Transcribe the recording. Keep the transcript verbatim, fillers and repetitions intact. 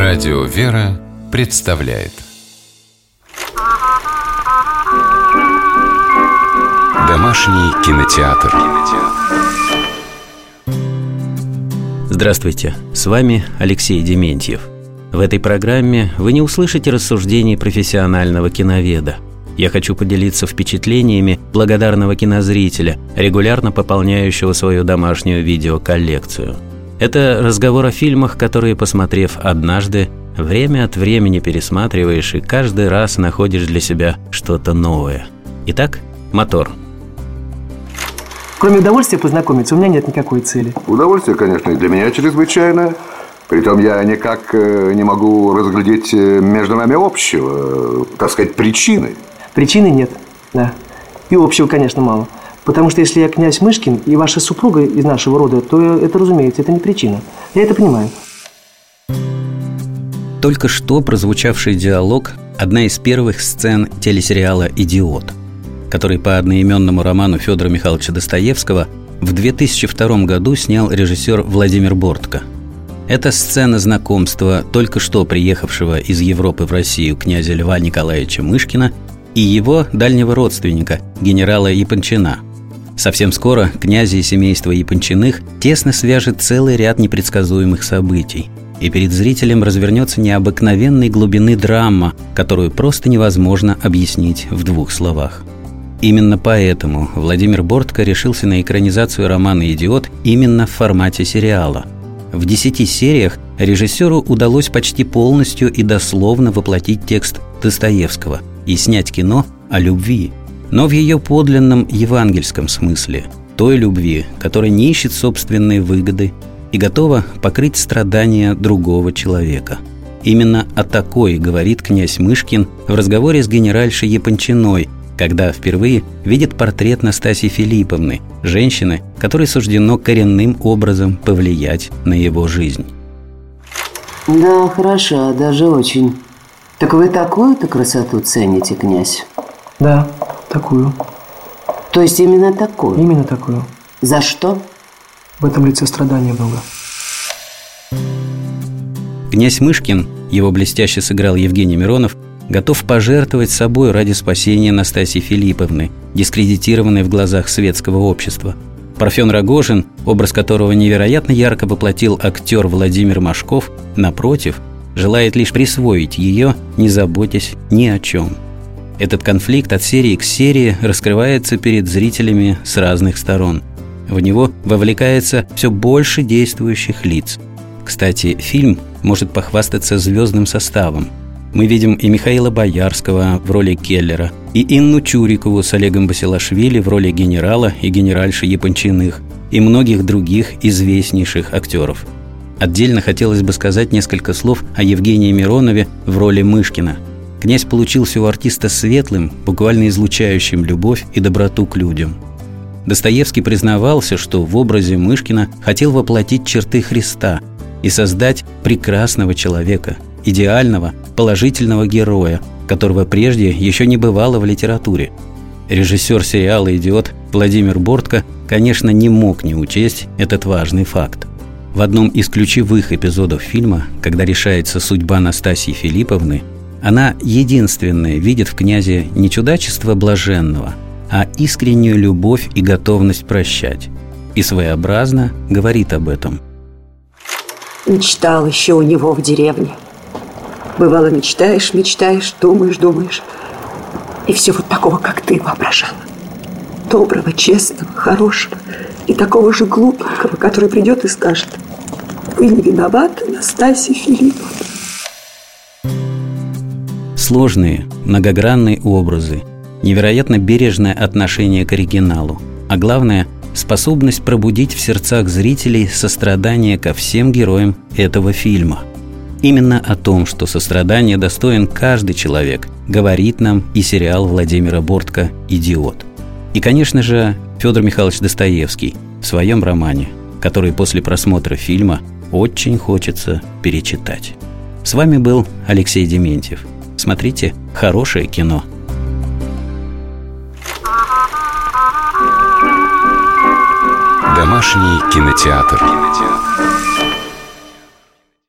Радио «Вера» представляет Домашний кинотеатр. Здравствуйте, с вами Алексей Дементьев. В этой программе вы не услышите рассуждений профессионального киноведа. Я хочу поделиться впечатлениями благодарного кинозрителя, регулярно пополняющего свою домашнюю видеоколлекцию. Это разговор о фильмах, которые, посмотрев однажды, время от времени пересматриваешь и каждый раз находишь для себя что-то новое. Итак, мотор. Кроме удовольствия познакомиться, у меня нет никакой цели. Удовольствие, конечно, и для меня чрезвычайное. Притом я никак не могу разглядеть между нами общего, так сказать, причины. Причины нет, да. И общего, конечно, мало. Потому что если я князь Мышкин и ваша супруга из нашего рода, то это, разумеется, это не причина. Я это понимаю. Только что прозвучавший диалог – одна из первых сцен телесериала «Идиот», который по одноименному роману Федора Михайловича Достоевского в две тысячи втором году снял режиссер Владимир Бортко. Это сцена знакомства только что приехавшего из Европы в Россию князя Льва Николаевича Мышкина и его дальнего родственника, генерала Япончина. Совсем скоро князя и семейство Япончиных тесно свяжет целый ряд непредсказуемых событий, и перед зрителем развернется необыкновенной глубины драма, которую просто невозможно объяснить в двух словах. Именно поэтому Владимир Бортко решился на экранизацию романа «Идиот» именно в формате сериала. В десяти сериях режиссеру удалось почти полностью и дословно воплотить текст Достоевского и снять кино о любви, но в ее подлинном евангельском смысле, той любви, которая не ищет собственной выгоды и готова покрыть страдания другого человека. Именно о такой говорит князь Мышкин в разговоре с генеральшей Япончиной, когда впервые видит портрет Настасьи Филипповны, женщины, которой суждено коренным образом повлиять на его жизнь. Да, хороша, даже очень. Так вы такую-то красоту цените, князь? Да, такую. То есть именно такую? Именно такую. За что? В этом лице страдания много. Князь Мышкин, его блестяще сыграл Евгений Миронов, готов пожертвовать собой ради спасения Настасьи Филипповны, дискредитированной в глазах светского общества. Парфен Рогожин, образ которого невероятно ярко воплотил актер Владимир Машков, напротив, желает лишь присвоить ее, не заботясь ни о чем. Этот конфликт от серии к серии раскрывается перед зрителями с разных сторон. В него вовлекается все больше действующих лиц. Кстати, фильм может похвастаться звездным составом. Мы видим и Михаила Боярского в роли Келлера, и Инну Чурикову с Олегом Басилашвили в роли генерала и генеральши Япончиных, и многих других известнейших актеров. Отдельно хотелось бы сказать несколько слов о Евгении Миронове в роли Мышкина. Князь получился у артиста светлым, буквально излучающим любовь и доброту к людям. Достоевский признавался, что в образе Мышкина хотел воплотить черты Христа и создать прекрасного человека, идеального, положительного героя, которого прежде еще не бывало в литературе. Режиссер сериала «Идиот» Владимир Бортко, конечно, не мог не учесть этот важный факт. В одном из ключевых эпизодов фильма, когда решается судьба Настасьи Филипповны, она единственная видит в князе не чудачество блаженного, а искреннюю любовь и готовность прощать. И своеобразно говорит об этом. Мечтал еще у него в деревне. Бывало, мечтаешь, мечтаешь, думаешь, думаешь. И все вот такого, как ты, воображала. Доброго, честного, хорошего. И такого же глупенького, который придет и скажет: вы не виноваты, Настасья Филипповна. Сложные, многогранные образы, невероятно бережное отношение к оригиналу, а главное – способность пробудить в сердцах зрителей сострадание ко всем героям этого фильма. Именно о том, что сострадание достоин каждый человек, говорит нам и сериал Владимира Бортко «Идиот». И, конечно же, Федор Михайлович Достоевский в своем романе, который после просмотра фильма очень хочется перечитать. С вами был Алексей Дементьев. Смотрите хорошее кино. Домашний кинотеатр.